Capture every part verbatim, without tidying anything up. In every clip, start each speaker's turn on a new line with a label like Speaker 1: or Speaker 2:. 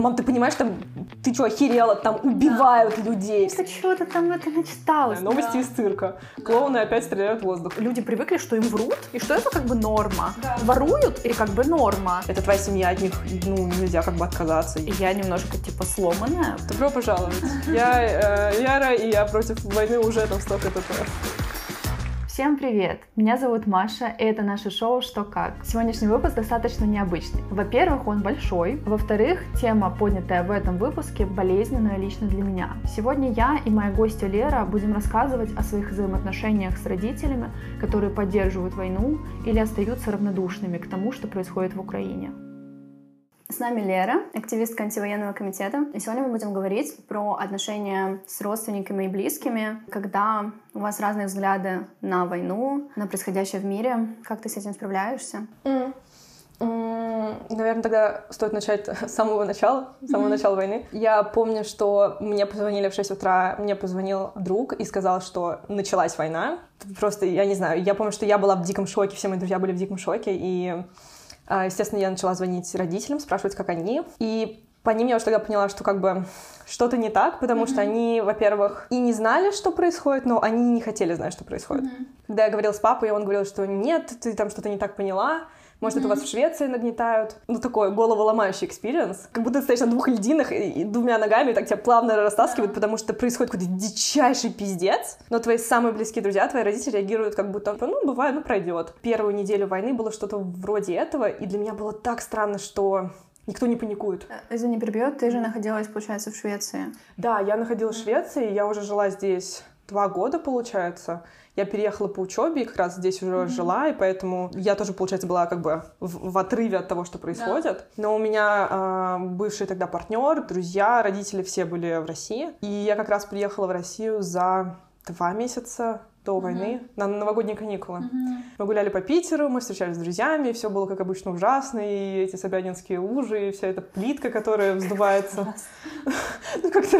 Speaker 1: Мам, ты понимаешь, там, ты что, охерела, там убивают да. людей.
Speaker 2: Это что-то там это начиталось.
Speaker 1: Да, новости да. из цирка. Клоуны да. опять стреляют в воздух.
Speaker 2: Люди привыкли, что им врут, и что это как бы норма.
Speaker 1: Да.
Speaker 2: Воруют, или как бы норма.
Speaker 1: Это твоя семья, от них, ну, нельзя как бы отказаться.
Speaker 2: И я немножко, типа, сломанная.
Speaker 1: Добро пожаловать. Я э, Яра, и я против войны уже там столько-то.
Speaker 2: Всем привет! Меня зовут Маша, и это наше шоу «Что как?». Сегодняшний выпуск достаточно необычный. Во-первых, он большой. Во-вторых, тема, поднятая в этом выпуске, болезненная лично для меня. Сегодня я и моя гостья Лера будем рассказывать о своих взаимоотношениях с родителями, которые поддерживают войну или остаются равнодушными к тому, что происходит в Украине. С нами Лера, активистка антивоенного комитета. И сегодня мы будем говорить про отношения с родственниками и близкими, когда у вас разные взгляды на войну, на происходящее в мире. Как ты с этим справляешься?
Speaker 1: Mm. Mm, наверное, тогда стоит начать с самого начала, с самого mm-hmm. начала войны. Я помню, что мне позвонили в шесть утра, мне позвонил друг и сказал, что началась война. Просто, я не знаю, я помню, что я была в диком шоке, все мои друзья были в диком шоке, и... Естественно, я начала звонить родителям, спрашивать, как они. И по ним я уже тогда поняла, что как бы что-то не так, потому mm-hmm. что они, во-первых, и не знали, что происходит, но они не хотели знать, что происходит. Mm-hmm. Когда я говорила с папой, он говорил, что нет, ты там что-то не так поняла. Может, mm-hmm. это у вас в Швеции нагнетают. Ну, такой головоломающий экспириенс. Как будто ты стоишь на двух льдинах и, и двумя ногами так тебя плавно растаскивают, yeah. потому что происходит какой-то дичайший пиздец. Но твои самые близкие друзья, твои родители реагируют как будто, ну, бывает, ну, пройдет. Первую неделю войны было что-то вроде этого, и для меня было так странно, что... Никто не паникует.
Speaker 2: Извини, перебью, ты же находилась, получается, в Швеции.
Speaker 1: Да, я находилась в Швеции, я уже жила здесь два года, получается. Я переехала по учебе и как раз здесь уже mm-hmm. жила, и поэтому я тоже, получается, была как бы в, в отрыве от того, что происходит. Да. Но у меня э, бывший тогда партнер, друзья, родители все были в России. И я как раз приехала в Россию за два месяца до uh-huh. войны, на новогодние каникулы. Uh-huh. Мы гуляли по Питеру, мы встречались с друзьями, все было, как обычно, ужасно, и эти собянинские лужи, и вся эта плитка, которая вздувается. Ну, как-то...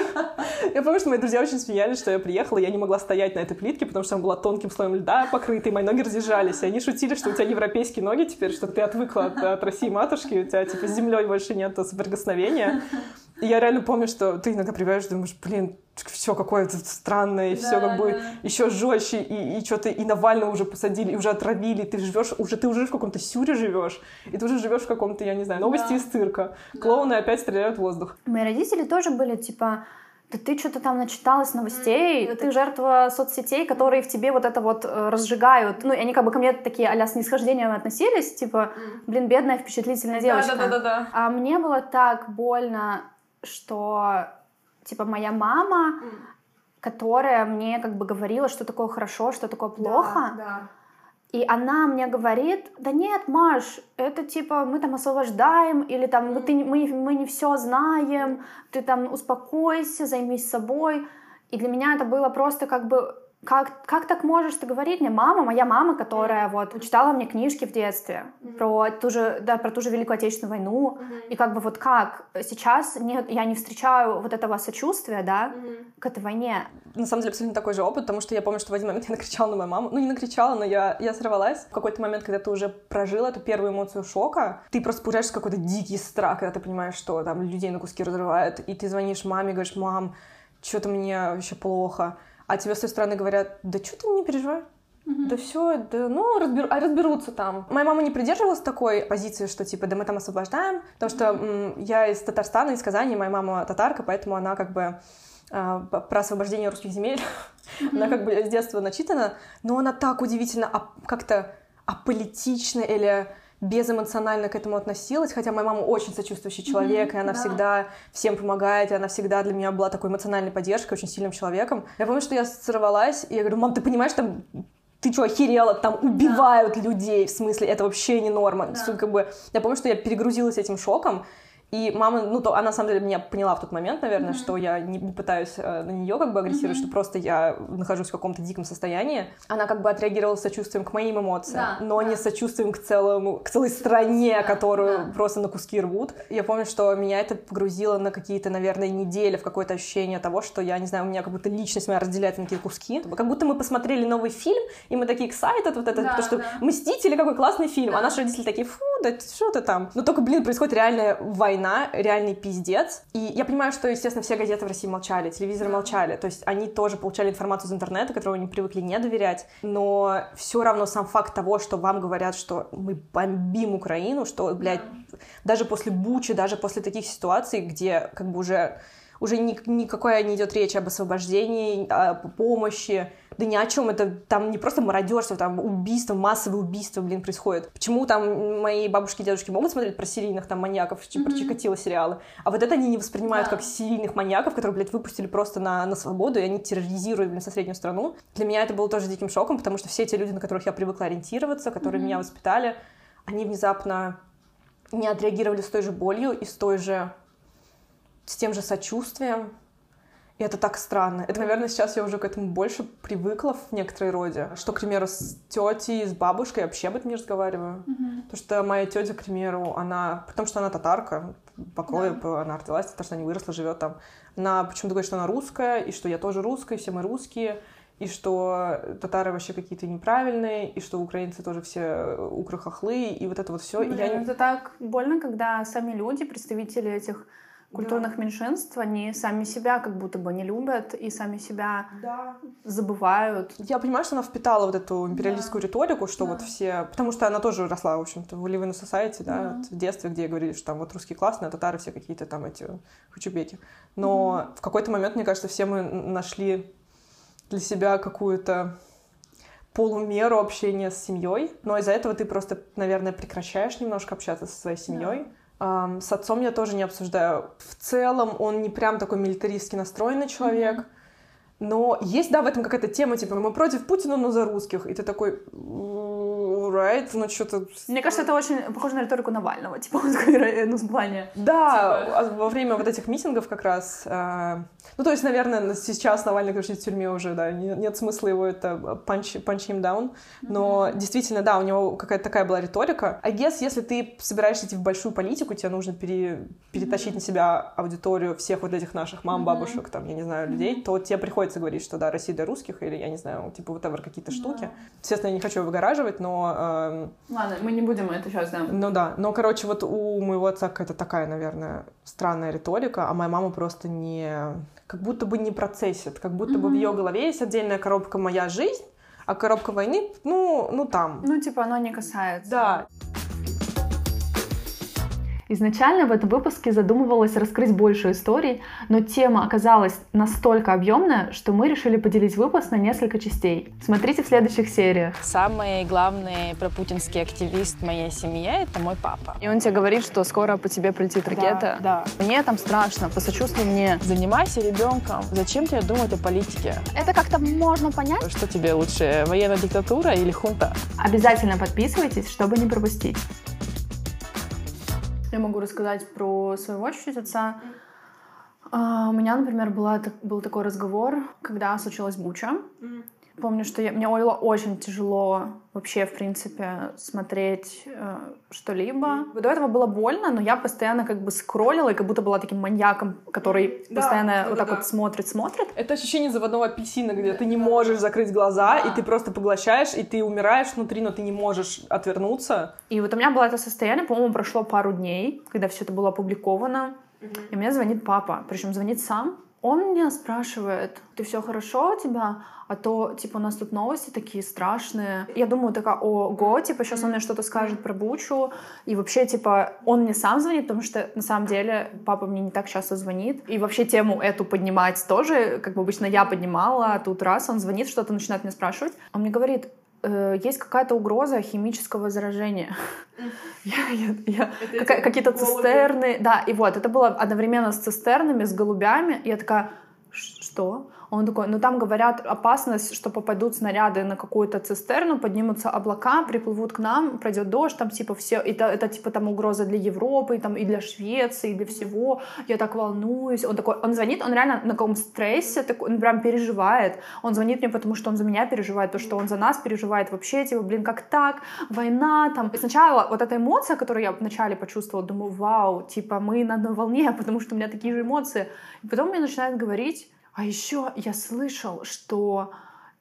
Speaker 1: Я помню, что мои друзья очень смеялись, что я приехала, и я не могла стоять на этой плитке, потому что она была тонким слоем льда покрыта, и мои ноги разъезжались. И они шутили, что у тебя европейские ноги теперь, что ты отвыкла от, от России матушки, у тебя, типа, с землей больше нет соприкосновения. И я реально помню, что ты иногда приезжаешь, думаешь, блин, все какое-то странное, и да, все как бы да. еще жестче, и, и что-то и Навального уже посадили, и уже отравили, ты живешь, уже ты уже в каком-то сюре живешь, и ты уже живешь в каком-то, я не знаю, новости да. из цирка. Да. Клоуны опять стреляют в воздух.
Speaker 2: Мои родители тоже были типа, да ты что-то там начиталась новостей, mm-hmm. ты жертва соцсетей, которые в тебе вот это вот разжигают. Ну, и они как бы ко мне такие а-ля с снисхождением относились, типа, блин, бедная, впечатлительная девочка.
Speaker 1: Да-да-да.
Speaker 2: А мне было так больно, что, типа, моя мама, mm. которая мне как бы говорила, что такое хорошо, что такое плохо,
Speaker 1: да, да.
Speaker 2: и она мне говорит, да нет, Маш, это типа мы там освобождаем, или там mm. ты, мы, мы не все знаем, ты там успокойся, займись собой. И для меня это было просто как бы, как, как так можешь ты говорить мне? Мама, моя мама, которая mm. вот читала мне книжки в детстве mm. про ту же, да, про ту же Великую Отечественную войну, mm-hmm. и как бы вот как сейчас не, я не встречаю вот этого сочувствия, да, mm-hmm. к этой войне.
Speaker 1: На самом деле абсолютно такой же опыт, потому что я помню, что в один момент я накричала на мою маму. Ну, не накричала, но я, я сорвалась. В какой-то момент, когда ты уже прожила эту первую эмоцию шока, ты просто погружаешься в какой-то дикий страх, когда ты понимаешь, что там людей на куски разрывают, и ты звонишь маме, говоришь, мам, что-то мне вообще плохо. А тебе с той стороны говорят, да что ты не переживай, mm-hmm. да все, да, ну, разбер... а разберутся там. Моя мама не придерживалась такой позиции, что типа, да мы там освобождаем, потому что м- я из Татарстана, из Казани, моя мама татарка, поэтому она как бы э, про освобождение русских земель, mm-hmm. она как бы с детства начитана, но она так удивительно а- как-то аполитично или... безэмоционально к этому относилась, хотя моя мама очень сочувствующий человек, mm-hmm, и она да. всегда всем помогает, и она всегда для меня была такой эмоциональной поддержкой, очень сильным человеком. Я помню, что я сорвалась, и я говорю, мам, ты понимаешь, там, ты что, охерела, там убивают да. людей, в смысле, это вообще не норма. Да. Как бы, я помню, что я перегрузилась этим шоком, и мама, ну, то она, на самом деле, меня поняла в тот момент, наверное, mm-hmm. что я не, не пытаюсь э, на нее как бы агрессировать, mm-hmm. что просто я нахожусь в каком-то диком состоянии. Она как бы отреагировала с сочувствием к моим эмоциям, да, но да. не с сочувствием к целому, к целой стране, да, которую да. просто на куски рвут. Я помню, что меня это погрузило на какие-то, наверное, недели в какое-то ощущение того, что я, не знаю, у меня как будто личность моя разделяется на какие-то куски. Как будто мы посмотрели новый фильм, и мы такие excited, вот это, да, потому что да. «Мстители», какой классный фильм, да. а наши родители такие, фу, да что ты там. Но только, блин, происходит реальная война, война реальный пиздец. И я понимаю, что, естественно, все газеты в России молчали, телевизоры молчали. То есть они тоже получали информацию из интернета, которую они привыкли не доверять. Но все равно сам факт того, что вам говорят, что мы бомбим Украину, что, блядь, даже после Бучи, даже после таких ситуаций, где как бы уже... уже ни, никакой не идет речи об освобождении, о помощи, да ни о чем. Это там не просто мародерство, там убийство, массовые убийства, блин, происходит. Почему там мои бабушки и дедушки могут смотреть про серийных там маньяков, mm-hmm. про Чикатило сериалы, а вот это они не воспринимают yeah. как серийных маньяков, которых, блядь, выпустили просто на, на свободу, и они терроризируют, блин, соседнюю страну. Для меня это было тоже диким шоком, потому что все те люди, на которых я привыкла ориентироваться, которые mm-hmm. меня воспитали, они внезапно не отреагировали с той же болью и с той же с тем же сочувствием, и это так странно. Это, наверное, сейчас я уже к этому больше привыкла в некоторой роде, что, к примеру, с тетей, с бабушкой я вообще об этом не разговариваю. Mm-hmm. Потому что моя тетя, к примеру, она, потому что она татарка, по крови, yeah. она родилась, потому что она не выросла, живет там. Она почему-то говорит, что она русская, и что я тоже русская, все мы русские, и что татары вообще какие-то неправильные, и что украинцы тоже все укры-хохлы, и вот это вот все.
Speaker 2: Блин, я... Это так больно, когда сами люди, представители этих культурных да. меньшинств, они сами себя как будто бы не любят и сами себя да. забывают.
Speaker 1: Я понимаю, что она впитала вот эту империалистскую да. риторику, что да. вот все... Потому что она тоже росла, в общем-то, в Live in a Society, да, да. в детстве, где говорили, что там вот русские классные, а татары все какие-то там эти хачубеки. Но mm-hmm. в какой-то момент, мне кажется, все мы нашли для себя какую-то полумеру общения с семьей, но из-за этого ты просто, наверное, прекращаешь немножко общаться со своей семьей. Да. С отцом я тоже не обсуждаю. В целом он не прям такой милитаристски настроенный человек. Mm-hmm. Но есть, да, в этом какая-то тема, типа, мы против Путина, но за русских. И ты такой, right, ну что-то...
Speaker 2: Мне кажется, это очень похоже на риторику Навального, типа, он такой, ну, в плане...
Speaker 1: Да, типа... во время вот этих митингов как раз... Э... Ну, то есть, наверное, сейчас Навальный, конечно, в тюрьме уже, да, нет смысла его это punch, punch him down, но mm-hmm. действительно, да, у него какая-то такая была риторика. I guess, если ты собираешься идти в большую политику, тебе нужно пере... перетащить mm-hmm. на себя аудиторию всех вот этих наших мам, бабушек, mm-hmm. там, я не знаю, людей, mm-hmm. то тебе приходится говорить, что, да, Россия для русских, или, я не знаю, типа, whatever, какие-то mm-hmm. штуки. Естественно, я не хочу выгораживать, но... Э...
Speaker 2: Ладно, мы не будем это сейчас, да.
Speaker 1: Ну да, но, короче, вот у моего отца какая-то такая, наверное, странная риторика, а моя мама просто не... как будто бы не процессит, как будто mm-hmm. бы в ее голове есть отдельная коробка «Моя жизнь», а коробка войны, ну, ну там.
Speaker 2: Ну, типа, оно не касается.
Speaker 1: Да.
Speaker 2: Изначально в этом выпуске задумывалось раскрыть больше историй, но тема оказалась настолько объемная, что мы решили поделить выпуск на несколько частей. Смотрите в следующих сериях.
Speaker 3: Самый главный пропутинский активист в моей семье — это мой папа.
Speaker 2: И он тебе говорит, что скоро по тебе прилетит ракета.
Speaker 3: Да, да.
Speaker 2: Мне там страшно, посочувствуй мне.
Speaker 3: Занимайся ребенком. Зачем тебе думать о политике?
Speaker 2: Это как-то можно понять.
Speaker 3: Что тебе лучше, военная диктатура или хунта?
Speaker 2: Обязательно подписывайтесь, чтобы не пропустить. Я могу рассказать про своего чуть-чуть отца. Uh, у меня, например, была, был такой разговор, когда случилась Буча. Mm. Помню, что я, мне было очень тяжело вообще, в принципе, смотреть э, что-либо. Mm. До этого было больно, но я постоянно как бы скроллила, и как будто была таким маньяком, который да, постоянно да, вот да, так да. вот смотрит, смотрит.
Speaker 1: Это ощущение заводного апельсина, где ты не можешь закрыть глаза, да. и ты просто поглощаешь, и ты умираешь внутри, но ты не можешь отвернуться.
Speaker 2: И вот у меня было это состояние, по-моему, прошло пару дней, когда все это было опубликовано. Mm-hmm. И мне звонит папа, причем звонит сам. Он меня спрашивает: ты все хорошо у тебя? А то, типа, у нас тут новости такие страшные. Я думаю, такая, ого, типа, сейчас он мне что-то скажет про Бучу. И вообще, типа, он мне сам звонит, потому что, на самом деле, папа мне не так часто звонит. И вообще тему эту поднимать тоже, как бы обычно я поднимала, а тут раз он звонит, что-то начинает меня спрашивать. Он мне говорит: э, есть какая-то угроза химического заражения. Какие-то цистерны. Да, и вот, это было одновременно с цистернами, с голубями. И я такая: что? Он такой: ну там говорят, опасность, что попадут снаряды на какую-то цистерну, поднимутся облака, приплывут к нам, пройдет дождь, там типа все, это, это типа там угроза для Европы, там, и для Швеции, и для всего. Я так волнуюсь. Он такой, он звонит, он реально на каком стрессе, такой, он прям переживает. Он звонит мне, потому что он за меня переживает, то, что он за нас переживает. Вообще, типа, блин, как так? Война там. И сначала вот эта эмоция, которую я вначале почувствовала, думаю, вау, типа, мы на одной волне, потому что у меня такие же эмоции. И потом мне начинает говорить: а еще я слышал, что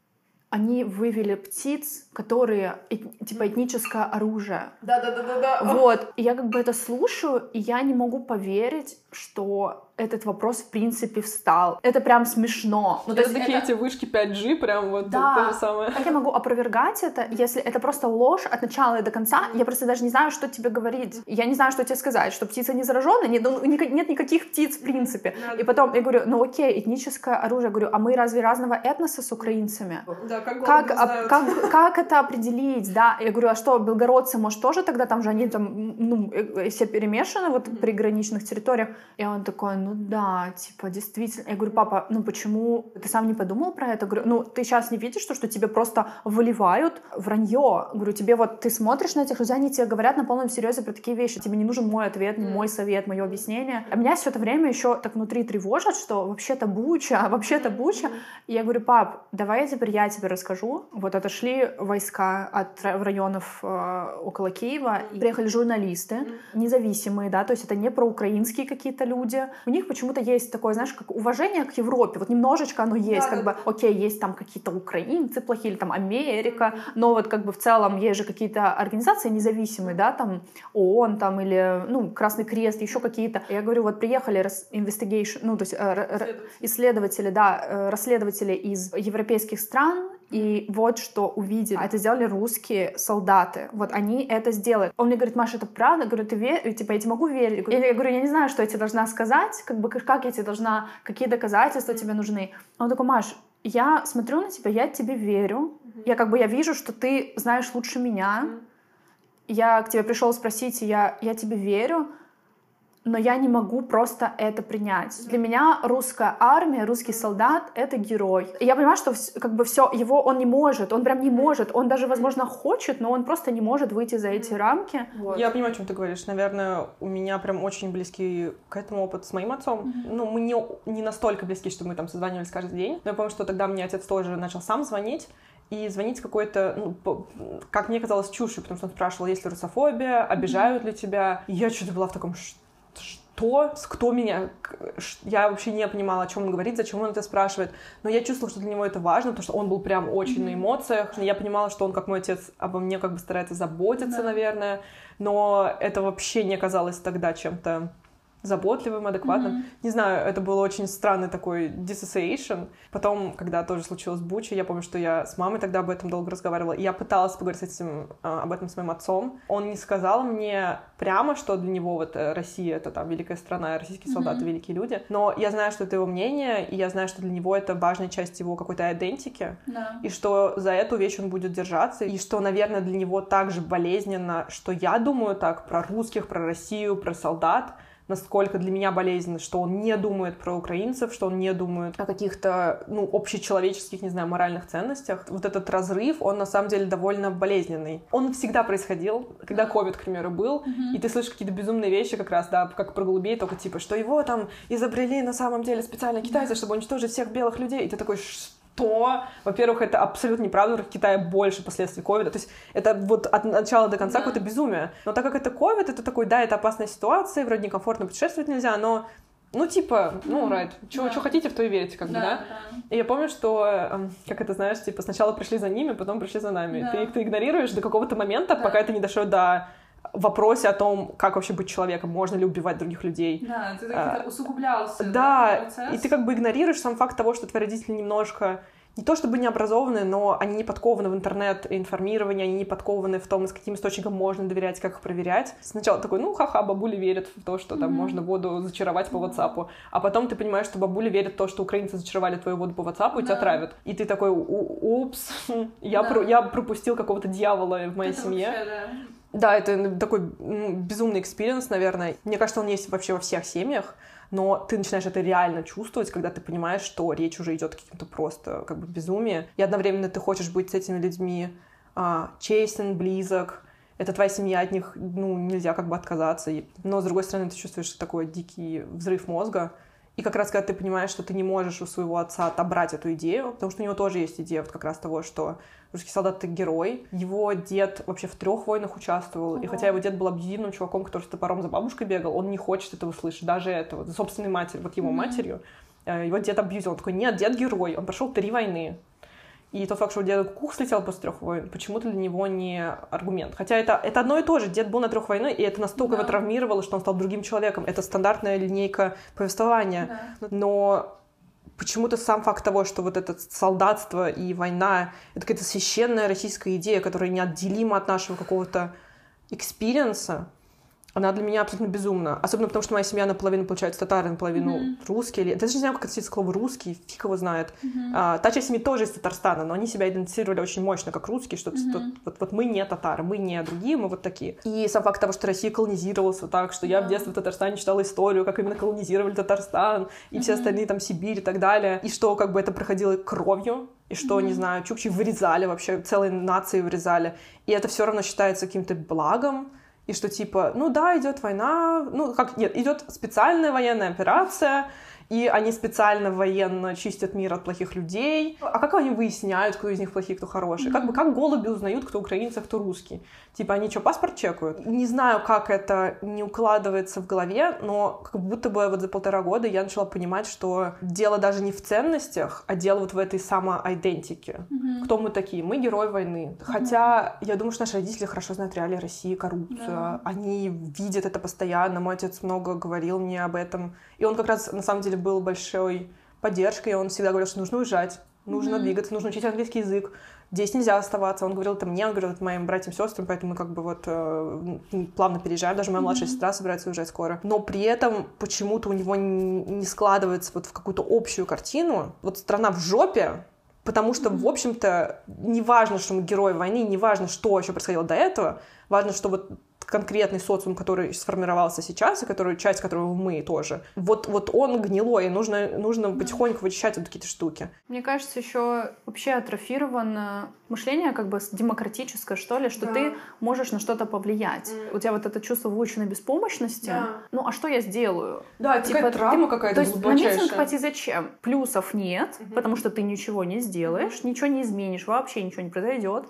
Speaker 2: они вывели птиц, которые, типа, этническое оружие.
Speaker 1: Да-да-да-да.
Speaker 2: Вот. И я как бы это слушаю, и я не могу поверить, что этот вопрос в принципе встал. Это прям смешно.
Speaker 1: Ну, это такие это... эти вышки пять джи, прям вот
Speaker 2: да.
Speaker 1: то же самое.
Speaker 2: Как я могу опровергать это, если это просто ложь от начала и до конца? Я просто даже не знаю, что тебе говорить. Я не знаю, что тебе сказать, что птица не заражена, нет, ну, нет никаких птиц в принципе. И потом я говорю, ну окей, этническое оружие. Я говорю, а мы разве разного этноса с украинцами?
Speaker 1: Да, как
Speaker 2: как, а, как, как это определить? Да, я говорю, а что, белгородцы, может, тоже тогда там же они там, ну, все перемешаны вот в приграничных территориях? И он такой, ну да, типа, действительно. Я говорю, папа, ну почему ты сам не подумал про это? Я говорю, ну ты сейчас не видишь, что, что тебе просто выливают вранье? Я говорю, тебе вот, ты смотришь на этих людей, они тебе говорят на полном серьезе про такие вещи. Тебе не нужен мой ответ, не мой совет, мое объяснение. А меня все это время еще так внутри тревожит, что вообще-то Буча, вообще-то Буча. И я говорю, пап, давай теперь я тебе расскажу. Вот отошли войска от районов э, около Киева, и приехали журналисты, независимые, да, то есть это не проукраинские какие-то люди. У них почему-то есть такое, знаешь, как уважение к Европе. Вот немножечко оно есть, да, как да. бы, окей, есть там какие-то украинцы плохие, или там Америка, mm-hmm. но вот как бы в целом есть же какие-то организации независимые, да, там ООН, там, или, ну, Красный Крест, еще какие-то. Я говорю, вот приехали investigation, ну, то есть исследователи, исследователи да, расследователи из европейских стран, и вот что увидели. Это сделали русские солдаты. Вот они это сделают. Он мне говорит, Маша, это правда? Я говорю, ты веришь? Типа, я тебе могу верить? Я говорю, я не знаю, что я тебе должна сказать, как бы, как я тебе должна, какие доказательства тебе нужны. Он такой, Маш, я смотрю на тебя, я тебе верю. Я как бы, я вижу, что ты знаешь лучше меня. Я к тебе пришел спросить, и я, я тебе верю. Но я не могу просто это принять. Для меня русская армия, русский солдат — это герой. И я понимаю, что как бы все, его он не может, он прям не может. Он даже, возможно, хочет, но он просто не может выйти за эти рамки. Вот.
Speaker 1: Я понимаю, о чем ты говоришь. Наверное, у меня прям очень близкий к этому опыт с моим отцом. Mm-hmm. Ну, мы не, не настолько близки, что мы там созванивались каждый день. Но я помню, что тогда мне отец тоже начал сам звонить. И звонить какой-то, ну, как мне казалось, чушью, потому что он спрашивал, есть ли русофобия, обижают mm-hmm. ли тебя. И я что-то была в таком... Что? Кто меня? Я вообще не понимала, о чем он говорит, зачем он это спрашивает. Но я чувствовала, что для него это важно, потому что он был прям очень mm-hmm. на эмоциях. Я понимала, что он, как мой отец, обо мне как бы старается заботиться, yeah. наверное. Но это вообще не казалось тогда чем-то заботливым, адекватным. Mm-hmm. Не знаю, это был очень странный такой disassociation. Потом, когда тоже случилось Буча, я помню, что я с мамой тогда об этом долго разговаривала. И я пыталась поговорить с этим, об этом с моим отцом. Он не сказал мне прямо, что для него вот Россия — это там великая страна, российские солдаты mm-hmm. — великие люди. Но я знаю, что это его мнение, и я знаю, что для него это важная часть его какой-то идентики,
Speaker 2: yeah.
Speaker 1: и что за эту вещь он будет держаться, и что, наверное, для него также болезненно, что я думаю так про русских, про Россию, про солдат, насколько для меня болезненно, что он не думает про украинцев, что он не думает о каких-то, ну, общечеловеческих, не знаю, моральных ценностях. Вот этот разрыв, он на самом деле довольно болезненный. Он всегда происходил, когда ковид, к примеру, был, mm-hmm. и ты слышишь какие-то безумные вещи как раз, да, как про голубей, только типа, что его там изобрели на самом деле специально китайцы, чтобы уничтожить всех белых людей, и ты такой... Что? Во-первых, это абсолютно неправда, в Китае больше последствий ковида. То есть это вот от начала до конца да. какое-то безумие. Но так как это ковид, это такой, да, это опасная ситуация, вроде некомфортно путешествовать нельзя, но, ну, типа, ну, right, что да. хотите, в то и верите, как да, бы, да? да? И я помню, что, как это, знаешь, типа, сначала пришли за ними, потом пришли за нами. Да. Ты их ты игнорируешь до какого-то момента, да. пока это не дошло до... в вопросе о том, как вообще быть человеком, можно ли убивать других людей.
Speaker 2: Да, ты так усугублялся.
Speaker 1: Да, да, и ты как бы игнорируешь сам факт того, что твои родители немножко, не то чтобы не образованы, но они не подкованы в интернет-информировании, они не подкованы в том, с каким источником можно доверять, как их проверять. Сначала такой, ну, ха-ха, бабули верят в то, что там mm-hmm. можно воду зачаровать по WhatsApp, а потом ты понимаешь, что бабули верят в то, что украинцы зачаровали твою воду по WhatsApp, и да. тебя травят. И ты такой, упс, я, да. про, я пропустил какого-то дьявола в моей
Speaker 2: это
Speaker 1: семье.
Speaker 2: Вообще, да.
Speaker 1: Да, это такой ну, безумный экспириенс, наверное. Мне кажется, он есть вообще во всех семьях, но ты начинаешь это реально чувствовать, когда ты понимаешь, что речь уже идет о каком-то просто как бы безумии. И одновременно ты хочешь быть с этими людьми а, честен, близок. Это твоя семья, от них ну, нельзя как бы отказаться. Но, с другой стороны, ты чувствуешь такой дикий взрыв мозга. И как раз когда ты понимаешь, что ты не можешь у своего отца отобрать эту идею, потому что у него тоже есть идея вот как раз того, что русский солдат — это герой. Его дед вообще в трех войнах участвовал, Ого. И хотя его дед был объединенным чуваком, который с топором за бабушкой бегал, он не хочет этого слышать, даже этого, за собственной матерью, вот его mm-hmm. матерью. Его дед абьюзил, он такой, нет, дед герой, он прошел три войны. И тот факт, что дед Кук слетел после трех войн, почему-то для него не аргумент. Хотя это, это одно и то же. Дед был на трех войнах, и это настолько да. его травмировало, что он стал другим человеком. Это стандартная линейка повествования. Да. Но почему-то сам факт того, что вот это солдатство и война — это какая-то священная российская идея, которая неотделима от нашего какого-то экспириенса, она для меня абсолютно безумна. Особенно потому, что моя семья наполовину, получается, татары, наполовину mm-hmm. русские. Я даже не знаю, как это слово «русский», фиг его знает. Mm-hmm. А, та часть семьи тоже из Татарстана, но они себя идентифицировали очень мощно как русские, что mm-hmm. вот, вот мы не татары, мы не другие, мы вот такие. И сам факт того, что Россия колонизировалась вот так, что yeah. я в детстве в Татарстане читала историю, как именно колонизировали Татарстан, и mm-hmm. все остальные там Сибирь и так далее, и что как бы это проходило кровью, и что, mm-hmm. не знаю, чукчи вырезали вообще, целые нации вырезали, и это все равно считается каким-то благом. И что типа, ну да, идет война, ну как, нет, идет специальная военная операция, и они специально военно чистят мир от плохих людей. А как они выясняют, кто из них плохие, кто хороший? Mm-hmm. Как бы, как голуби узнают, кто украинец, а кто русский? Типа, они что, паспорт чекают? Не знаю, как это не укладывается в голове, но как будто бы вот за полтора года я начала понимать, что дело даже не в ценностях, а дело вот в этой самоидентике. Mm-hmm. Кто мы такие? Мы герои войны. Mm-hmm. Хотя я думаю, что наши родители хорошо знают реалии России, коррупцию. Yeah. Они видят это постоянно. Мой отец много говорил мне об этом. И он как раз, на самом деле, был большой поддержкой. Он всегда говорил, что нужно уезжать, нужно mm-hmm. двигаться, нужно учить английский язык. Здесь нельзя оставаться. Он говорил это мне, он говорил это моим братьям, сестрам, поэтому мы как бы вот э, плавно переезжаем. Даже моя младшая mm-hmm. сестра собирается уезжать скоро. Но при этом почему-то у него не, не складывается вот в какую-то общую картину. Вот страна в жопе, потому что, mm-hmm. в общем-то, не важно, что мы герои войны, не важно, что еще происходило до этого, важно, что вот конкретный социум, который сформировался сейчас, и который, часть которого мы тоже, вот, вот он гнилой, и нужно, нужно потихоньку вычищать вот какие-то штуки.
Speaker 2: Мне кажется, еще вообще атрофировано мышление как бы демократическое, что ли, что да. ты можешь на что-то повлиять. Mm. У тебя вот это чувство выученной беспомощности. Да. Ну, а что я сделаю?
Speaker 1: Да, это типа, травма ты, какая-то глубочайшая.
Speaker 2: То есть на митинг пойти зачем? Плюсов нет, mm-hmm. потому что ты ничего не сделаешь, mm-hmm. ничего не изменишь, вообще ничего не произойдет.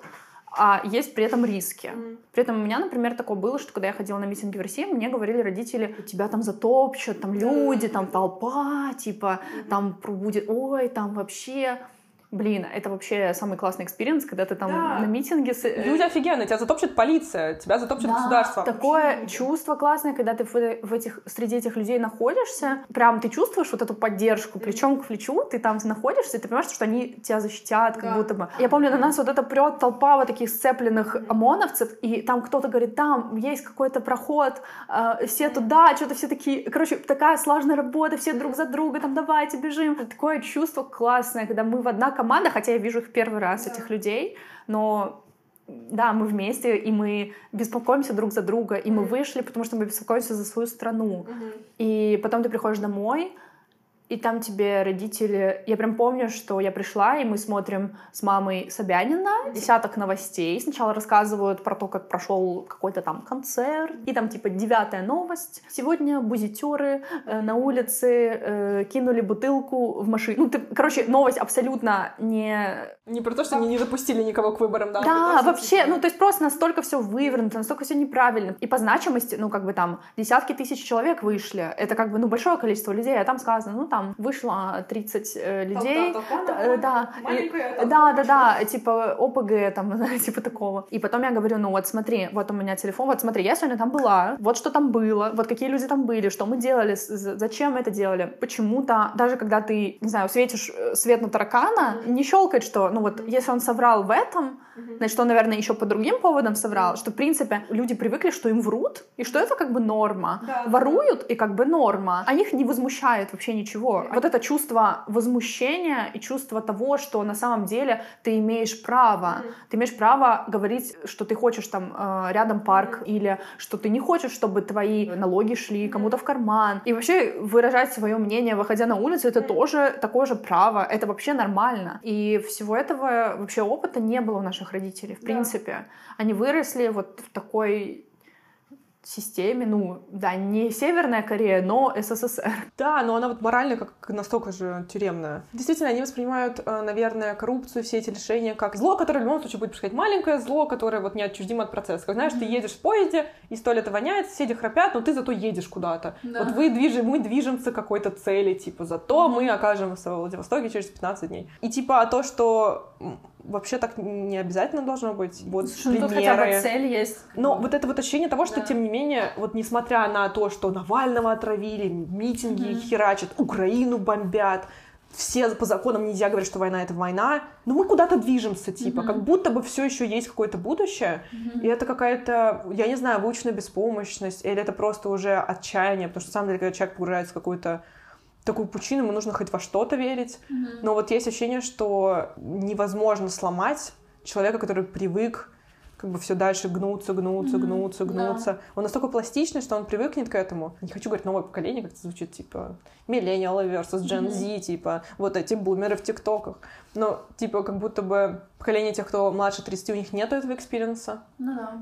Speaker 2: А есть при этом риски. Mm. При этом у меня, например, такое было, что когда я ходила на митинги в России, мне говорили родители, тебя там затопчут, там люди, там толпа, типа, mm-hmm. там будет, ой, там вообще... Блин, это вообще самый классный экспириенс, когда ты там да. на митинге... С...
Speaker 1: Люди офигенные, тебя затопчет полиция, тебя затопчет да, государство.
Speaker 2: Такое вообще. Чувство классное, когда ты в, в этих, среди этих людей находишься, прям ты чувствуешь вот эту поддержку, плечом к плечу, ты там находишься, и ты понимаешь, что они тебя защитят, как да. будто бы. Я помню, на нас вот это прет толпа вот таких сцепленных ОМОНовцев, и там кто-то говорит, там есть какой-то проход, э, все туда, что-то все такие... Короче, такая сложная работа, все друг за друга, там давайте бежим. Такое чувство классное, когда мы в одна команда, хотя я вижу их первый раз, да. этих людей, но да, мы вместе, и мы беспокоимся друг за друга, и mm-hmm. мы вышли, потому что мы беспокоимся за свою страну. Mm-hmm. И потом ты приходишь домой, и там тебе родители... Я прям помню, что я пришла, и мы смотрим с мамой Собянина десяток новостей. Сначала рассказывают про то, как прошел какой-то там концерт. И там типа девятая новость. Сегодня бузитеры э, на улице э, кинули бутылку в машину. Ну, ты, короче, новость абсолютно не...
Speaker 1: Не про то, что они не допустили никого к выборам, да?
Speaker 2: Да, вообще. Ну, то есть просто настолько все вывернуто, настолько все неправильно. И по значимости, ну, как бы там десятки тысяч человек вышли. Это как бы, ну, большое количество людей. А там сказано, ну, там вышло тридцать э, людей.
Speaker 1: Толпа, толпа,
Speaker 2: да,
Speaker 1: маленькая,
Speaker 2: и, да, да, да, типа ОПГ, там, типа такого. И потом я говорю, ну вот смотри, вот у меня телефон, вот смотри, я сегодня там была, вот что там было, вот какие люди там были, что мы делали, зачем мы это делали. Почему-то, даже когда ты, не знаю, светишь свет на таракана, mm-hmm. не щелкает, что, ну вот, если он соврал в этом, mm-hmm. значит, он, наверное, еще по другим поводам соврал, mm-hmm. что, в принципе, люди привыкли, что им врут, и что это как бы норма. Да, воруют, и как бы норма. А их не возмущает вообще ничего. Вот это чувство возмущения и чувство того, что на самом деле ты имеешь право. Mm-hmm. Ты имеешь право говорить, что ты хочешь там э, рядом парк, mm-hmm. или что ты не хочешь, чтобы твои налоги шли кому-то в карман. И вообще выражать свое мнение, выходя на улицу, это mm-hmm. тоже такое же право. Это вообще нормально. И всего этого вообще опыта не было у наших родителей, в принципе. Yeah. Они выросли вот в такой... системе, ну, да, не Северная Корея, но СССР.
Speaker 1: Да, но она вот морально как настолько же тюремная. Действительно, они воспринимают, наверное, коррупцию, все эти решения как зло, которое в любом случае будет происходить, маленькое зло, которое вот неотчуждимо от процесса. Как знаешь, mm-hmm. ты едешь в поезде, из туалета воняет, соседи храпят, но ты зато едешь куда-то. Да. Вот вы движем, мы движемся к какой-то цели, типа, зато mm-hmm. мы окажемся в Владивостоке через пятнадцать дней. И типа, а то, что вообще так не обязательно должно быть. Вот
Speaker 2: Слушай,
Speaker 1: примеры.
Speaker 2: Тут хотя бы цель есть.
Speaker 1: Но вот это вот ощущение того, что,
Speaker 2: да.
Speaker 1: тем не менее, вот несмотря на то, что Навального отравили, митинги mm-hmm. херачат, Украину бомбят, все по законам нельзя говорить, что война — это война, но мы куда-то движемся, типа, mm-hmm. как будто бы все еще есть какое-то будущее, mm-hmm. и это какая-то, я не знаю, выученная беспомощность, или это просто уже отчаяние, потому что, на самом деле, когда человек погружается в какую-то такую пучину, ему нужно хоть во что-то верить, mm-hmm. но вот есть ощущение, что невозможно сломать человека, который привык как бы все дальше гнуться, гнуться, mm-hmm. гнуться, гнуться. Да. Он настолько пластичный, что он привыкнет к этому. Не хочу говорить новое поколение, как это звучит, типа, millennial versus Gen Z, mm-hmm. типа, вот эти бумеры в тиктоках. Но, типа, как будто бы поколение тех, кто младше тридцати, у них нету этого экспириенса.
Speaker 2: Ну да.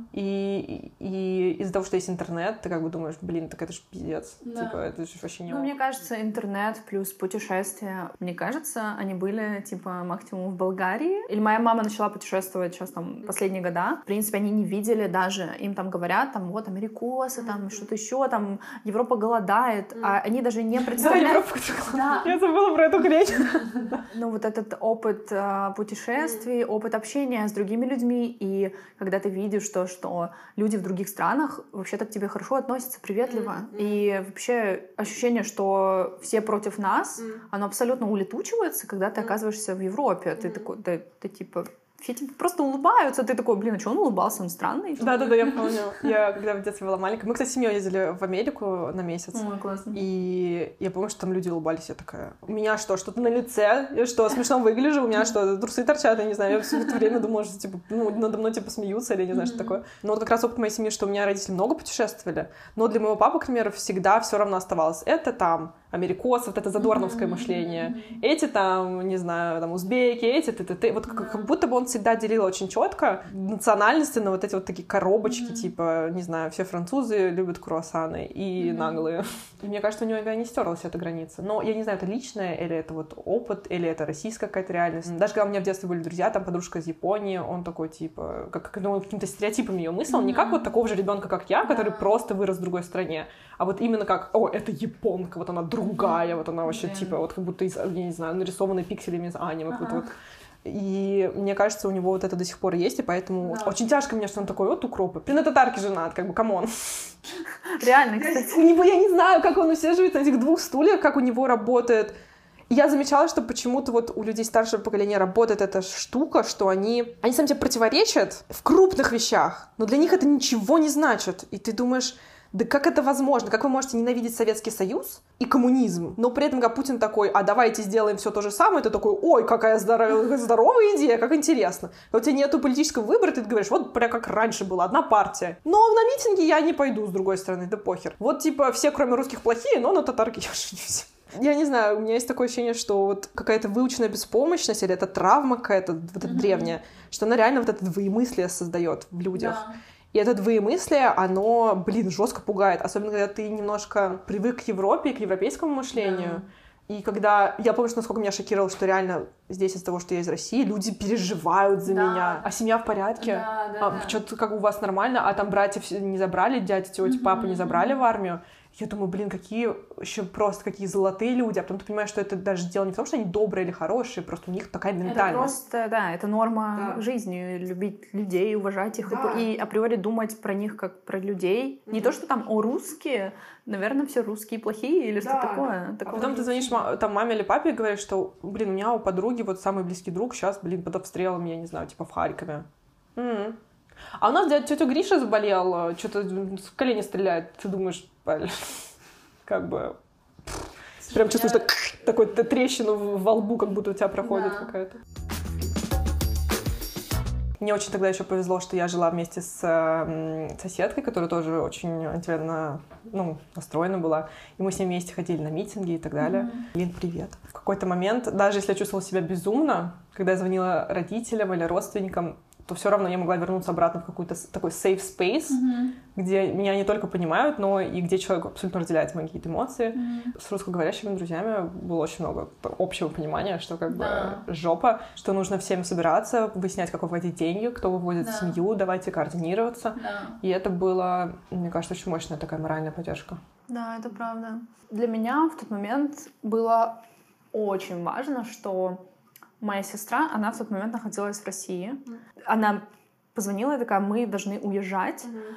Speaker 1: И, и, и из-за того, что есть интернет, ты как бы думаешь, блин, так это ж пиздец. Да. Типа, это же вообще не...
Speaker 2: Ну, мне кажется, интернет плюс путешествия, мне кажется, они были, типа, максимум в Болгарии. Или моя мама начала путешествовать сейчас, там, последние года. В принципе, они не видели даже, им там говорят, там, вот, америкосы, там, mm-hmm. что-то еще, там, Европа голодает, mm-hmm. а они даже не представляют...
Speaker 1: Да, Европа голодает. Я забыла про эту хрень.
Speaker 2: Ну, вот этот опыт а, путешествий, опыт общения с другими людьми, и когда ты видишь то, что люди в других странах вообще-то к тебе хорошо относятся, приветливо, mm-hmm. и вообще ощущение, что все против нас, mm-hmm. оно абсолютно улетучивается, когда ты оказываешься в Европе. Mm-hmm. Ты такой, ты, ты типа... Все тебе просто улыбаются, ты такой, блин, а что он улыбался, он странный?
Speaker 1: Да-да-да, я помню. Я когда в детстве была маленькая, мы, кстати, с семьей ездили в Америку на месяц.
Speaker 2: Ой, классно.
Speaker 1: И я помню, что там люди улыбались, я такая, у меня что, что-то на лице? Я что, смешно выгляжу? У меня что, трусы торчат? Я не знаю, я все это время думала, что, типа, ну, надо мной, типа, смеются или я не знаю, что такое. Но вот как раз опыт моей семьи, что у меня родители много путешествовали, но для моего папы, к примеру, всегда все равно оставалось. Это там америкосы, вот это задорновское mm-hmm. мышление. Mm-hmm. Эти там, не знаю, там узбеки, эти, ты, ты, ты. Вот mm-hmm. как, как будто бы он всегда делил очень четко национальности на вот эти вот такие коробочки, mm-hmm. типа, не знаю, все французы любят круассаны и mm-hmm. наглые. И мне кажется, у него никогда не стерлась эта граница. Но я не знаю, это личное, или это вот опыт, или это российская какая-то реальность. Даже когда у меня в детстве были друзья, там подружка из Японии, он такой, типа, как, ну, он какими-то стереотипами ее мыслил, mm-hmm. не как вот такого же ребенка, как я, который yeah. просто вырос в другой стране, а вот именно как, о, это японка, вот она другая, вот она вообще, yeah. типа, вот как будто, из, я не знаю, нарисованная пикселями из аниме. Uh-huh. Вот, вот. И мне кажется, у него вот это до сих пор есть, и поэтому yeah. очень тяжко мне, что он такой, вот укропы. Ты на татарке женат, как бы, камон.
Speaker 2: Реально, кстати.
Speaker 1: У него, я не знаю, как он усаживает на этих двух стульях, как у него работает. И я замечала, что почему-то вот у людей старшего поколения работает эта штука, что они, они сами тебе противоречат в крупных вещах, но для них это ничего не значит. И ты думаешь... Да как это возможно? Как вы можете ненавидеть Советский Союз и коммунизм, но при этом, как Путин такой, а давайте сделаем все то же самое, ты такой, ой, какая здоровая, здоровая идея, как интересно. Когда у тебя нету политического выбора, ты говоришь, вот прям как раньше было, одна партия. Но на митинги я не пойду, с другой стороны, да похер. Вот типа все, кроме русских, плохие, но на татарке я женюсь. Я не знаю, у меня есть такое ощущение, что вот какая-то выученная беспомощность или это травма какая-то вот эта mm-hmm. древняя, что она реально вот это двоемыслие создает в людях. Yeah. И это двоемыслие, оно, блин, жестко пугает. Особенно, когда ты немножко привык к Европе, к европейскому мышлению. Yeah. И когда... Я помню, что насколько меня шокировало, что реально здесь из-за того, что я из России, люди переживают за да. меня. А семья в порядке?
Speaker 2: Да, да,
Speaker 1: а,
Speaker 2: да.
Speaker 1: Что-то как у вас нормально? А там братьев не забрали, дядя, тетя, mm-hmm. папу не забрали в армию? Я думаю, блин, какие еще просто какие золотые люди. А потом ты понимаешь, что это даже дело не в том, что они добрые или хорошие, просто у них такая ментальность.
Speaker 2: Это просто, да, это норма да. жизни. Любить людей, уважать их. Да. И, и априори думать про них как про людей. Mm-hmm. Не то, что там, о, русские, наверное, все русские плохие или да. что такое.
Speaker 1: А потом ты звонишь там маме или папе и говоришь, что, блин, у меня у подруги вот самый близкий друг сейчас, блин, под обстрелом, я не знаю, типа в Харькове. Mm-hmm. А у нас дядя тетя Гриша заболел, что-то в колени стреляет. Ты думаешь, блин, как бы... Прям чувствуешь так, такой трещину во лбу, как будто у тебя проходит да. какая-то. Мне очень тогда еще повезло, что я жила вместе с э, соседкой, которая тоже очень антивоенно, ну, настроена была. И мы с ней вместе ходили на митинги и так далее. Mm-hmm. Блин, привет. В какой-то момент, даже если я чувствовала себя безумно, когда я звонила родителям или родственникам, то все равно я могла вернуться обратно в какой-то такой safe space, mm-hmm. где меня не только понимают, но и где человек абсолютно разделяет мои какие-то эмоции. Mm-hmm. С русскоговорящими друзьями было очень много общего понимания, что как да. бы жопа, что нужно всем собираться, выяснять, как выводить деньги, кто выводит да. семью, давайте координироваться. Да. И это было, мне кажется, очень мощная такая моральная поддержка.
Speaker 2: Да, это правда. Для меня в тот момент было очень важно, что моя сестра, она в тот момент находилась в России. Mm. Она позвонила и такая, мы должны уезжать. Mm-hmm.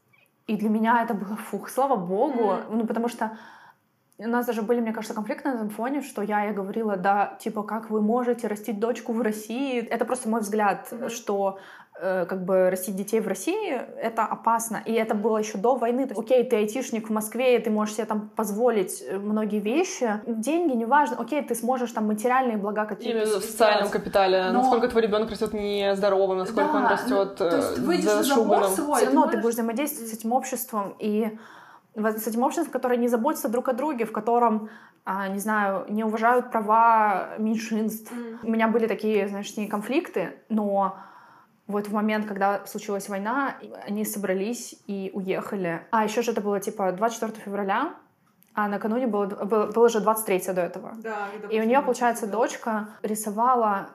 Speaker 2: И для меня это было, фух, слава богу. Mm. Ну, потому что у нас даже были, мне кажется, конфликты на этом фоне, что я ей говорила, да, типа, как вы можете растить дочку в России? Это просто мой взгляд, mm-hmm. что э, как бы растить детей в России — это опасно. И это было еще до войны. То есть, окей, ты айтишник в Москве, и ты можешь себе там позволить многие вещи. Деньги, неважно. Окей, ты сможешь там материальные блага какие-то...
Speaker 1: Именно в социальном капитале. Но... Насколько твой ребенок растет нездоровым, насколько да, он растет ну, за шуганом.
Speaker 2: Все равно ты, ты будешь взаимодействовать с этим обществом, и с этим обществом, которое не заботится друг о друге, в котором, а, не знаю, не уважают права меньшинств. Mm. У меня были такие, знаешь, не конфликты, но вот в момент, когда случилась война, они собрались и уехали. А еще же это было типа двадцать четвёртого февраля, а накануне было, было, было же двадцать третьего до этого.
Speaker 1: Да,
Speaker 2: и у нее, получается, да. дочка рисовала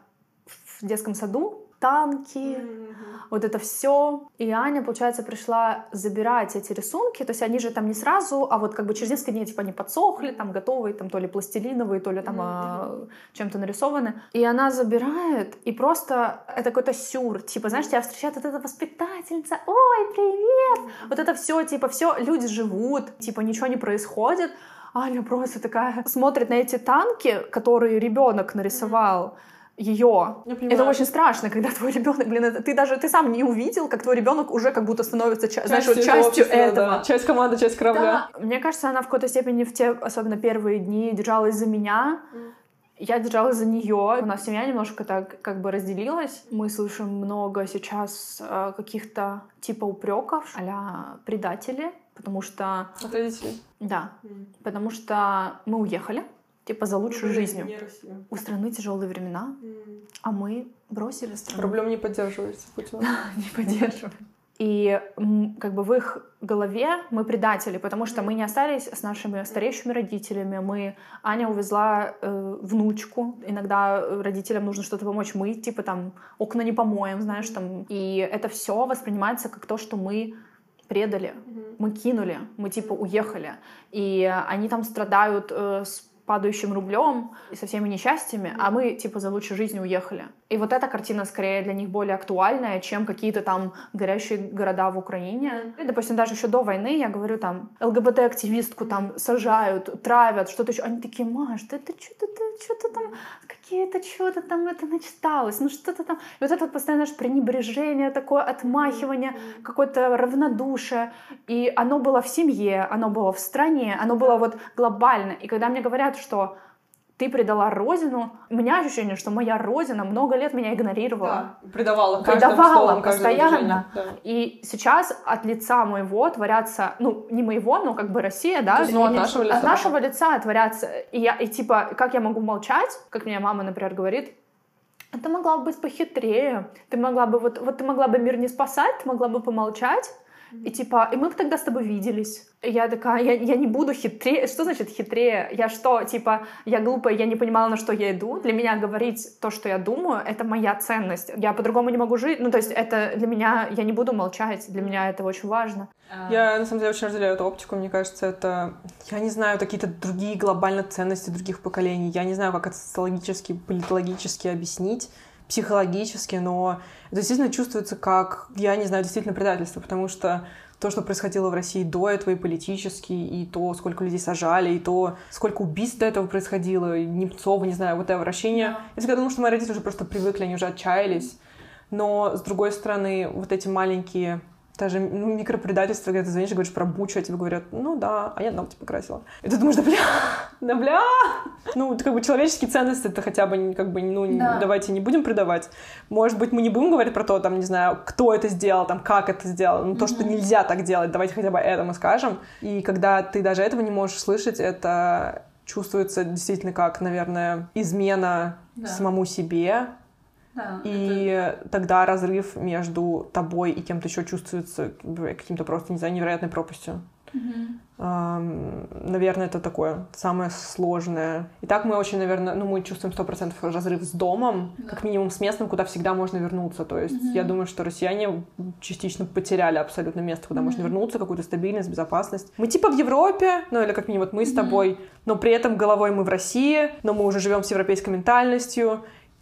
Speaker 2: в детском саду танки, mm-hmm. вот это все. И Аня, получается, пришла забирать эти рисунки. То есть они же там не сразу, а вот как бы через несколько дней типа они подсохли, там готовые, там то ли пластилиновые, то ли там mm-hmm. а, чем-то нарисованы. И она забирает, и просто это какой-то сюр. Типа, знаешь, тебя встречает вот эта воспитательница. Ой, привет! Mm-hmm. Вот это все, типа, все, люди живут, типа, ничего не происходит. Аня просто такая смотрит на эти танки, которые ребенок нарисовал. Mm-hmm. Ее. Это очень страшно, когда твой ребенок, блин, это, ты даже ты сам не увидел, как твой ребенок уже как будто становится ча- знаешь, вот частью этого.
Speaker 1: Да. Часть команды, часть корабля.
Speaker 2: Да. Мне кажется, она в какой-то степени в те, особенно первые дни, держалась за меня. Mm. Я держалась за нее. У нас семья немножко так как бы разделилась. Мы слышим много сейчас э, каких-то типа упреков а-ля предатели, потому что...
Speaker 1: От родителей?
Speaker 2: Да. Mm. Потому что мы уехали. Типа за лучшую жизнью. У страны тяжелые времена, mm. а мы бросили страну.
Speaker 1: Проблем не поддерживается Путин.
Speaker 2: Не поддерживаем. И как бы в их голове мы предатели, потому что мы не остались с нашими стареющими родителями. Мы Аня увезла э, внучку. Иногда родителям нужно что-то помочь. Мы типа там окна не помоем, знаешь, там. И это все воспринимается как то, что мы предали, mm-hmm. мы кинули, мы типа уехали. И они там страдают э, с падающим рублем и со всеми несчастьями, mm-hmm. а мы, типа, за лучшей жизнью уехали. И вот эта картина, скорее, для них более актуальная, чем какие-то там горящие города в Украине. Mm-hmm. И, допустим, даже еще до войны, я говорю, там, ЛГБТ-активистку там сажают, травят, что-то еще. Они такие, Маш, да это что-то, что-то там, какие-то, что-то там это начиталось, ну что-то там. И вот это вот постоянное пренебрежение, такое отмахивание, mm-hmm. какое-то равнодушие. И оно было в семье, оно было в стране, оно было вот глобально. И когда мне говорят, что ты предала родину, у меня ощущение, что моя родина много лет меня игнорировала.
Speaker 1: Да, предавала.
Speaker 2: Предавала
Speaker 1: словом,
Speaker 2: постоянно. Да. И сейчас от лица моего творятся, ну, не моего, но как бы Россия, да?
Speaker 1: То есть, ну, от нашего лица.
Speaker 2: От нашего лица творятся. И, я, и типа, как я могу молчать, как меня мама, например, говорит, ты могла бы быть похитрее, ты могла бы, вот, вот ты могла бы мир не спасать, ты могла бы помолчать. И типа, и мы бы тогда с тобой виделись. И я такая, я, я не буду хитрее. Что значит хитрее? Я что, типа, я глупая, я не понимала, на что я иду. Для меня говорить то, что я думаю, это моя ценность. Я по-другому не могу жить. Ну, то есть это для меня, я не буду молчать. Для меня это очень важно.
Speaker 1: Я, на самом деле, очень разделяю эту оптику. Мне кажется, это, я не знаю, какие-то другие глобальные ценности других поколений. Я не знаю, как это социологически, политологически объяснить, психологически, но это действительно чувствуется как, я не знаю, действительно предательство, потому что то, что происходило в России до этого и политически, и то, сколько людей сажали, и то, сколько убийств до этого происходило, и Немцова, не знаю, вот это вращение. Yeah. Я всегда думала, что мои родители уже просто привыкли, они уже отчаялись. Но, с другой стороны, вот эти маленькие, даже ну, микропредательства, когда ты звонишь и говоришь про Бучу, а тебе говорят, ну да, а я ногти покрасила. И ты думаешь, да бля, да бля. Ну, это как бы человеческие ценности, это хотя бы, как бы, ну, да. давайте не будем предавать. Может быть, мы не будем говорить про то, там, не знаю, кто это сделал, там, как это сделал, ну, то, mm-hmm. что нельзя так делать, давайте хотя бы это мы скажем. И когда ты даже этого не можешь слышать, это чувствуется действительно как, наверное, измена да. самому себе.
Speaker 2: Да,
Speaker 1: и это... тогда разрыв между тобой и кем-то еще чувствуется каким-то просто, не знаю, невероятной пропастью. Mm-hmm. Um, наверное, это такое самое сложное. И так мы очень, наверное, ну, мы чувствуем сто процентов разрыв с домом, да. как минимум с местом, куда всегда можно вернуться. То есть mm-hmm. я думаю, что россияне частично потеряли абсолютно место, куда mm-hmm. можно вернуться, какую-то стабильность, безопасность. Мы типа в Европе, ну или как минимум вот мы mm-hmm. с тобой, но при этом головой мы в России, но мы уже живем с европейской ментальностью.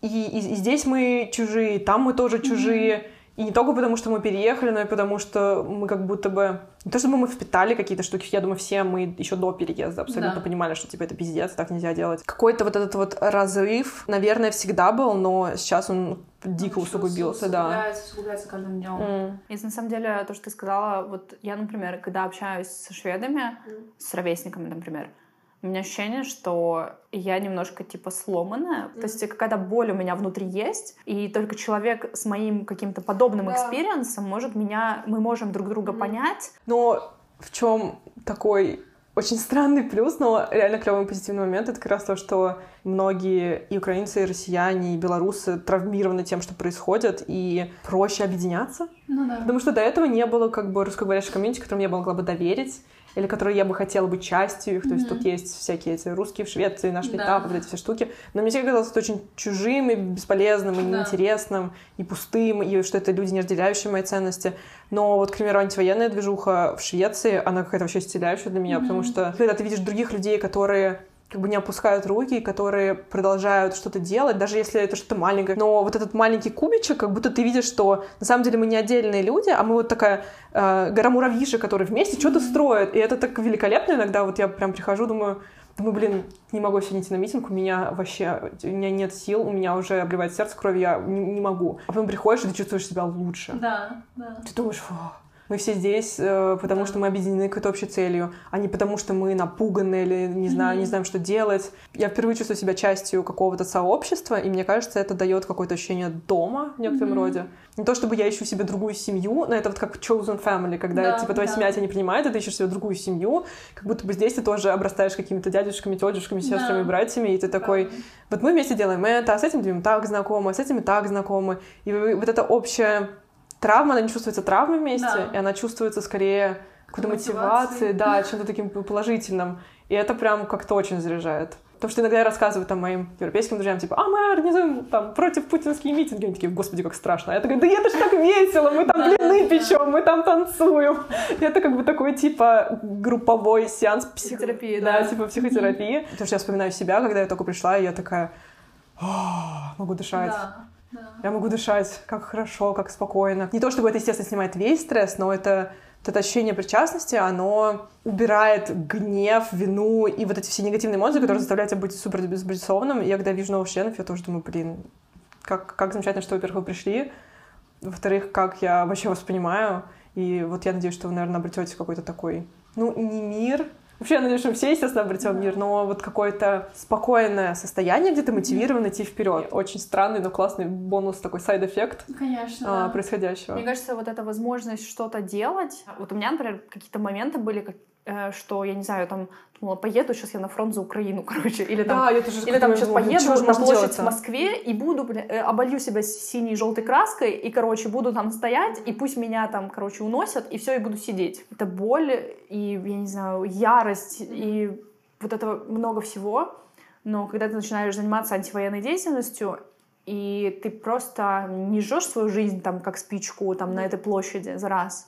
Speaker 1: И, и, и здесь мы чужие, там мы тоже чужие. Mm-hmm. И не только потому, что мы переехали, но и потому, что мы как будто бы... Не то, чтобы мы впитали какие-то штуки, я думаю, все мы еще до переезда абсолютно да. понимали, что типа это пиздец, так нельзя делать. Какой-то вот этот вот разрыв, наверное, всегда был, но сейчас он дико он усугубился, да.
Speaker 2: Усугубляется, усугубляется каждым днем. Mm. И на самом деле, то, что ты сказала, вот я, например, когда общаюсь со шведами, mm. с ровесниками, например, у меня ощущение, что я немножко, типа, сломанная. Mm. То есть какая-то боль у меня внутри есть, и только человек с моим каким-то подобным да. экспириенсом может меня... Мы можем друг друга mm. понять.
Speaker 1: Но в чем такой очень странный плюс, но реально клевый позитивный момент, это как раз то, что многие и украинцы, и россияне, и белорусы травмированы тем, что происходит, и проще объединяться.
Speaker 2: Ну да.
Speaker 1: Потому что до этого не было как бы русскоговорящей комьюнити, которому я могла бы доверить, или которой я бы хотела быть частью их. Mm-hmm. То есть тут есть всякие эти русские в Швеции, наш метап, да. вот эти все штуки. Но мне всегда казалось это очень чужим и бесполезным, и неинтересным, да. и пустым, и что это люди, не разделяющие мои ценности. Но вот, к примеру, антивоенная движуха в Швеции, она какая-то вообще исцеляющая для меня, mm-hmm. потому что когда ты видишь других людей, которые как бы не опускают руки, которые продолжают что-то делать, даже если это что-то маленькое. Но вот этот маленький кубичек, как будто ты видишь, что на самом деле мы не отдельные люди, а мы вот такая э, гора муравьишек, которые вместе mm-hmm. что-то строят. И это так великолепно иногда. Вот я прям прихожу, думаю, думаю, блин, не могу сегодня идти на митинг, у меня вообще, у меня нет сил, у меня уже обливает сердце кровью, я не, не могу. А потом приходишь, и ты чувствуешь себя лучше.
Speaker 2: Да, да.
Speaker 1: Ты думаешь, фу. Мы все здесь, э, потому да. что мы объединены какой-то общей целью, а не потому что мы напуганы или не знаю, mm-hmm. не знаем, что делать. Я впервые чувствую себя частью какого-то сообщества, и мне кажется, это дает какое-то ощущение дома в некотором mm-hmm. роде. Не то, чтобы я ищу себе другую семью, но это вот как chosen family, когда да, типа твоя да. семья тебя не принимает, и ты ищешь себе другую семью, как будто бы здесь ты тоже обрастаешь какими-то дядюшками, тетушками, сестрами, да. братьями, и ты такой, да. вот мы вместе делаем это, а с этим двумя так знакомы, а с этим и так знакомы. И вот это общее... Травма, она не чувствуется травмой вместе, да. и она чувствуется скорее какой-то мотивацией, да, чем-то таким положительным. И это прям как-то очень заряжает. Потому что иногда я рассказываю там моим европейским друзьям, типа, а мы организуем там против путинские митинги. Они такие, господи, как страшно. А я такая, да это ж так весело, мы там блины печем, мы там танцуем. И это как бы такой, типа, групповой сеанс психотерапии, да, типа психотерапии. Потому что я вспоминаю себя, когда я только пришла, и я такая, могу дышать. Да. Я могу дышать, как хорошо, как спокойно. Не то чтобы это, естественно, снимает весь стресс, но это, это ощущение причастности, оно убирает гнев, вину и вот эти все негативные эмоции, mm-hmm. которые заставляют тебя быть супер безбрецованным. И я когда вижу новых членов, я тоже думаю, блин, как, как замечательно, что, во-первых, вы пришли, во-вторых, как я вообще вас понимаю. И вот я надеюсь, что вы, наверное, обретете какой-то такой, ну, не мир. Вообще, я надеюсь, что мы все, естественно, обретем мир, но вот какое-то спокойное состояние, где ты мотивирован идти вперед. Очень странный, но классный бонус, такой сайд-эффект
Speaker 2: Конечно,
Speaker 1: а,
Speaker 2: да.
Speaker 1: происходящего.
Speaker 2: Мне кажется, вот эта возможность что-то делать. Вот у меня, например, какие-то моменты были, как, э, что, я не знаю, там, думала, поеду, сейчас я на фронт за Украину, короче, или там,
Speaker 1: да, я тоже
Speaker 2: или там сейчас
Speaker 1: думала,
Speaker 2: поеду на площадь
Speaker 1: делать-то?
Speaker 2: в Москве и буду, бля, оболью себя синей и желтой краской, и, короче, буду там стоять, и пусть меня там, короче, уносят, и все, и буду сидеть. Это боль, и, я не знаю, ярость, и вот это много всего, но когда ты начинаешь заниматься антивоенной деятельностью, и ты просто не жжешь свою жизнь там, как спичку там, на этой площади за раз,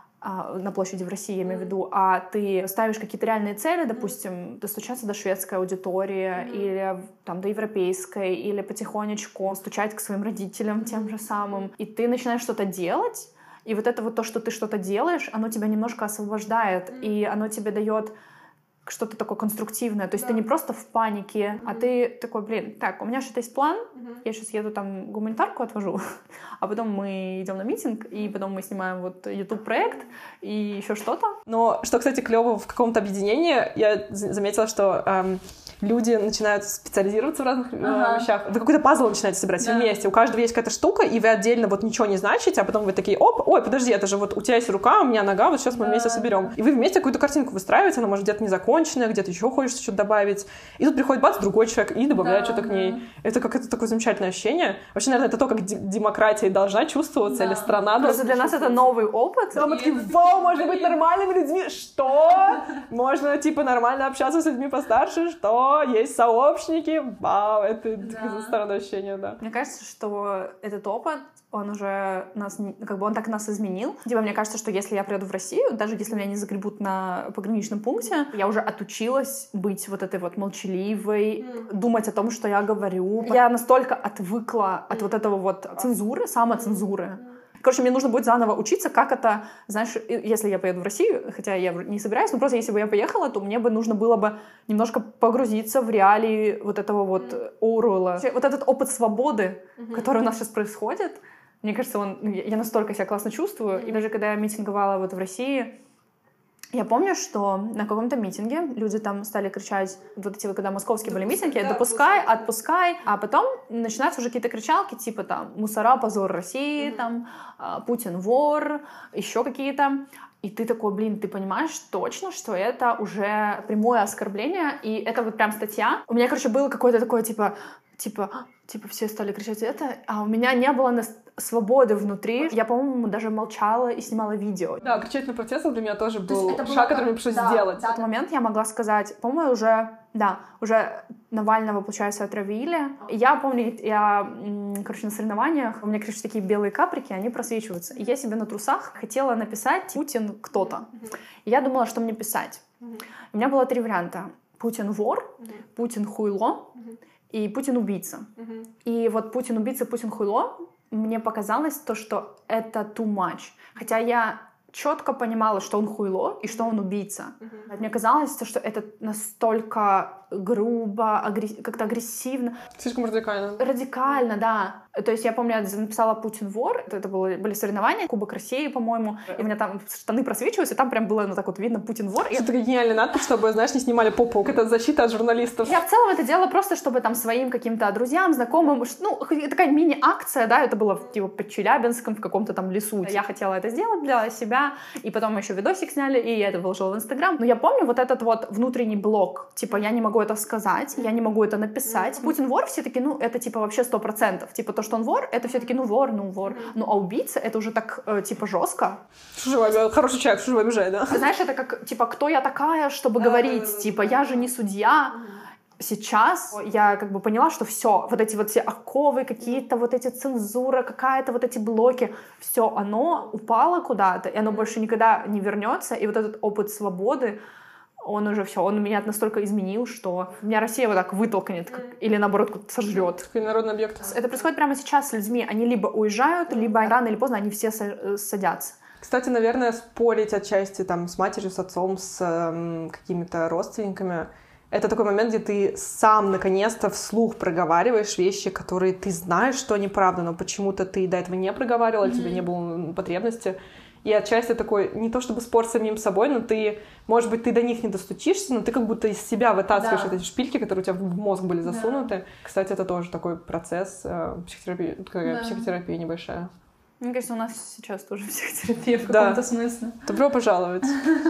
Speaker 2: на площади в России, я имею в виду, а ты ставишь какие-то реальные цели, допустим, достучаться до шведской аудитории mm-hmm. или там, до европейской, или потихонечку стучать к своим родителям тем же самым, и ты начинаешь что-то делать, и вот это вот то, что ты что-то делаешь, оно тебя немножко освобождает, mm-hmm. и оно тебе дает что-то такое конструктивное. То есть да. ты не просто в панике, mm-hmm. а ты такой, блин, так, у меня что-то есть план, mm-hmm. я сейчас еду там гуманитарку отвожу, а потом мы идем на митинг, и потом мы снимаем вот YouTube-проект и еще что-то.
Speaker 1: Но что, кстати, клево в каком-то объединении, я заметила, что эм, люди начинают специализироваться в разных ага. э, вещах. Вы какой-то пазл начинаете собирать да. все вместе. У каждого есть какая-то штука, и вы отдельно вот ничего не значите, а потом вы такие, оп, ой, подожди, это же вот у тебя есть рука, у меня нога, вот сейчас мы да. вместе соберем. И вы вместе какую-то картинку выстраиваете, она может где-то незаконченная, где-то еще хочется что-то добавить. И тут приходит бац, другой человек и добавляет да, что-то к ней. Да. Это какое-то такое замечательное ощущение. Вообще, наверное, это то, как д- демократия должна чувствоваться, да. или страна должна
Speaker 2: Просто для нас это новый опыт.
Speaker 1: Да, мы такие, вау, можно быть нормальными людьми. Что? Можно, типа, нормально общаться с людьми постарше? Что? Есть сообщники? Вау, это да. странное ощущение, да.
Speaker 2: Мне кажется, что этот опыт, он уже нас, как бы он так нас изменил. Типа, мне кажется, что если я приеду в Россию, даже если меня не загребут на пограничном пункте, я уже уже отучилась быть вот этой вот молчаливой, mm. думать о том, что я говорю. Я настолько отвыкла mm. от вот этого вот цензуры, самоцензуры. Mm. Короче, мне нужно будет заново учиться, как это, знаешь, если я поеду в Россию, хотя я не собираюсь, но просто если бы я поехала, то мне бы нужно было бы немножко погрузиться в реалии вот этого вот mm. Оруэлла. Вот этот опыт свободы, mm-hmm. который у нас сейчас происходит, мне кажется, он, я настолько себя классно чувствую. Mm-hmm. И даже когда я митинговала вот в России, я помню, что на каком-то митинге люди там стали кричать, вот эти, когда московские были митинги, допускай, отпускай, а потом начинаются уже какие-то кричалки, типа там «мусора, позор России», mm-hmm. там «Путин вор», еще какие-то. И ты такой, блин, ты понимаешь точно, что это уже прямое оскорбление, и это вот прям статья. У меня, короче, было какое-то такое, типа, типа, типа все стали кричать это, а у меня не было на... свободы внутри. Я, по-моему, даже молчала и снимала видео.
Speaker 1: Да, кричать на протестах для меня тоже был шаг, как... который мне пришлось
Speaker 2: да,
Speaker 1: сделать.
Speaker 2: В тот момент я могла сказать, по-моему, уже, да, уже Навального, получается, отравили. И я помню, я, короче, на соревнованиях, у меня, короче, такие белые каприки, они просвечиваются. И я себе на трусах хотела написать «Путин кто-то». Mm-hmm. И я думала, что мне писать. Mm-hmm. У меня было три варианта. Путин вор, mm-hmm. Путин хуйло mm-hmm. и Путин убийца. Mm-hmm. И вот Путин убийца, Путин хуйло, мне показалось то, что это too much. Хотя я четко понимала, что он хуйло и что он убийца. Mm-hmm. Мне казалось, то, что это настолько грубо, агресс... как-то агрессивно.
Speaker 1: Слишком радикально.
Speaker 2: Радикально, да. То есть я помню, я написала «Путин вор», это было, были соревнования, Кубок России, по-моему, и у меня там штаны просвечивались, и там прям было, ну, так вот видно «Путин вор».
Speaker 1: Это такая гениальная надпись, чтобы, знаешь, не снимали попу. Это защита от журналистов.
Speaker 2: Я в целом это делала просто, чтобы там своим каким-то друзьям, знакомым, ну, такая мини-акция, да, это было типа под Челябинском, в каком-то там лесу. Я хотела это сделать для себя, и потом мы еще видосик сняли, и я это выложила в Инстаграм. Но я помню вот этот вот внутренний блок, типа я не могу это сказать, я не могу это написать. Mm-hmm. Путин вор, все таки, ну, это типа вообще сто процентов. Типа то, что он вор, это все таки, ну, вор, ну, вор. Mm-hmm. Ну, а убийца, это уже так, э, типа, жестко.
Speaker 1: Что, хороший человек, что же обижает, да?
Speaker 2: Знаешь, это как, типа, кто я такая, чтобы говорить, типа, я же не судья. Сейчас я как бы поняла, что все, вот эти вот все оковы, какие-то вот эти цензура, какая-то вот эти блоки, все, оно упало куда-то, и оно больше никогда не вернется, и вот этот опыт свободы, он уже все, он меня настолько изменил, что меня Россия вот так вытолкнет, как, или наоборот сожрет.
Speaker 1: Такой народный объект.
Speaker 2: Это происходит прямо сейчас с людьми, они либо уезжают, либо рано или поздно они все садятся.
Speaker 1: Кстати, наверное, спорить отчасти там с матерью, с отцом, с э, какими-то родственниками, это такой момент, где ты сам наконец-то вслух проговариваешь вещи, которые ты знаешь, что они правда, но почему-то ты до этого не проговаривала, mm-hmm. тебе не было потребности. И отчасти такой, не то чтобы спор с самим собой, но ты, может быть, ты до них не достучишься, но ты как будто из себя вытаскиваешь да. эти шпильки, которые у тебя в мозг были засунуты. Да. Кстати, это тоже такой процесс э, психотерапии, такая да. психотерапия небольшая.
Speaker 2: Мне кажется, у нас сейчас тоже психотерапия в каком-то
Speaker 1: да.
Speaker 2: смысле.
Speaker 1: Добро пожаловать.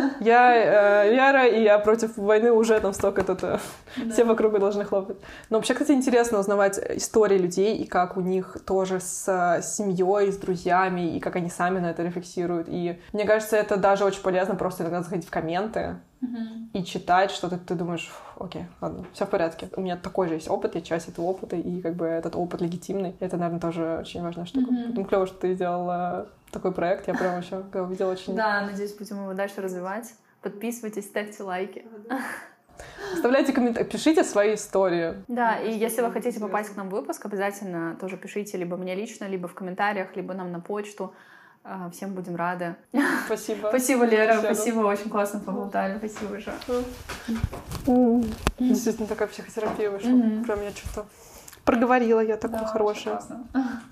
Speaker 1: Я э, Вера, и я против войны уже там столько тут да. все вокруг должны хлопать. Но вообще, кстати, интересно узнавать истории людей, и как у них тоже с семьей, с друзьями, и как они сами на это рефлексируют. И мне кажется, это даже очень полезно просто иногда заходить в комменты, Uh-huh. и читать что-то, ты думаешь, окей, ладно, все в порядке. У меня такой же есть опыт, я часть этого опыта, и как бы этот опыт легитимный. Это, наверное, тоже очень важная штука. Uh-huh. Поэтому клево, что ты сделала такой проект. Я прям еще увидела очень...
Speaker 2: Да, надеюсь, будем его дальше развивать. Подписывайтесь, ставьте лайки.
Speaker 1: Оставляйте комментарии, пишите свои истории.
Speaker 2: Да, и если вы хотите попасть к нам в выпуск, обязательно тоже пишите либо мне лично, либо в комментариях, либо нам на почту. Всем будем рады.
Speaker 1: Спасибо.
Speaker 2: Спасибо, Лера. Спасибо, спасибо. Очень классно поболтали. Спасибо большое.
Speaker 1: Mm. Действительно, такая психотерапия вышла. Mm-hmm. Прям я что-то проговорила, я такая да, хорошая.